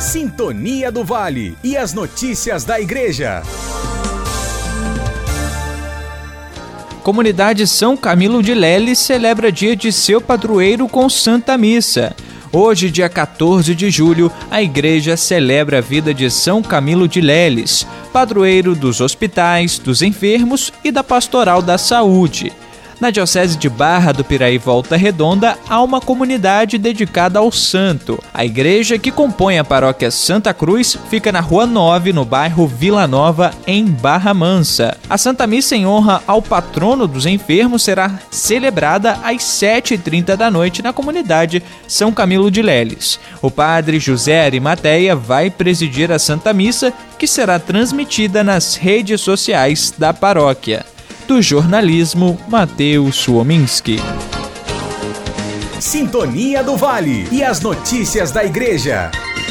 Sintonia do Vale e as notícias da Igreja. Comunidade São Camilo de Leles celebra dia de seu padroeiro com Santa Missa. Hoje, dia 14 de julho, a Igreja celebra a vida de São Camilo de Leles, padroeiro dos hospitais, dos enfermos e da Pastoral da Saúde. Na Diocese de Barra do Piraí Volta Redonda, há uma comunidade dedicada ao santo. A igreja, que compõe a paróquia Santa Cruz, fica na Rua 9, no bairro Vila Nova, em Barra Mansa. A Santa Missa em honra ao patrono dos enfermos será celebrada às 7h30 da noite na comunidade São Camilo de Leles. O padre José Arimateia vai presidir a Santa Missa, que será transmitida nas redes sociais da paróquia. Do jornalismo, Matheus Suominski. Sintonia do Vale e as notícias da Igreja.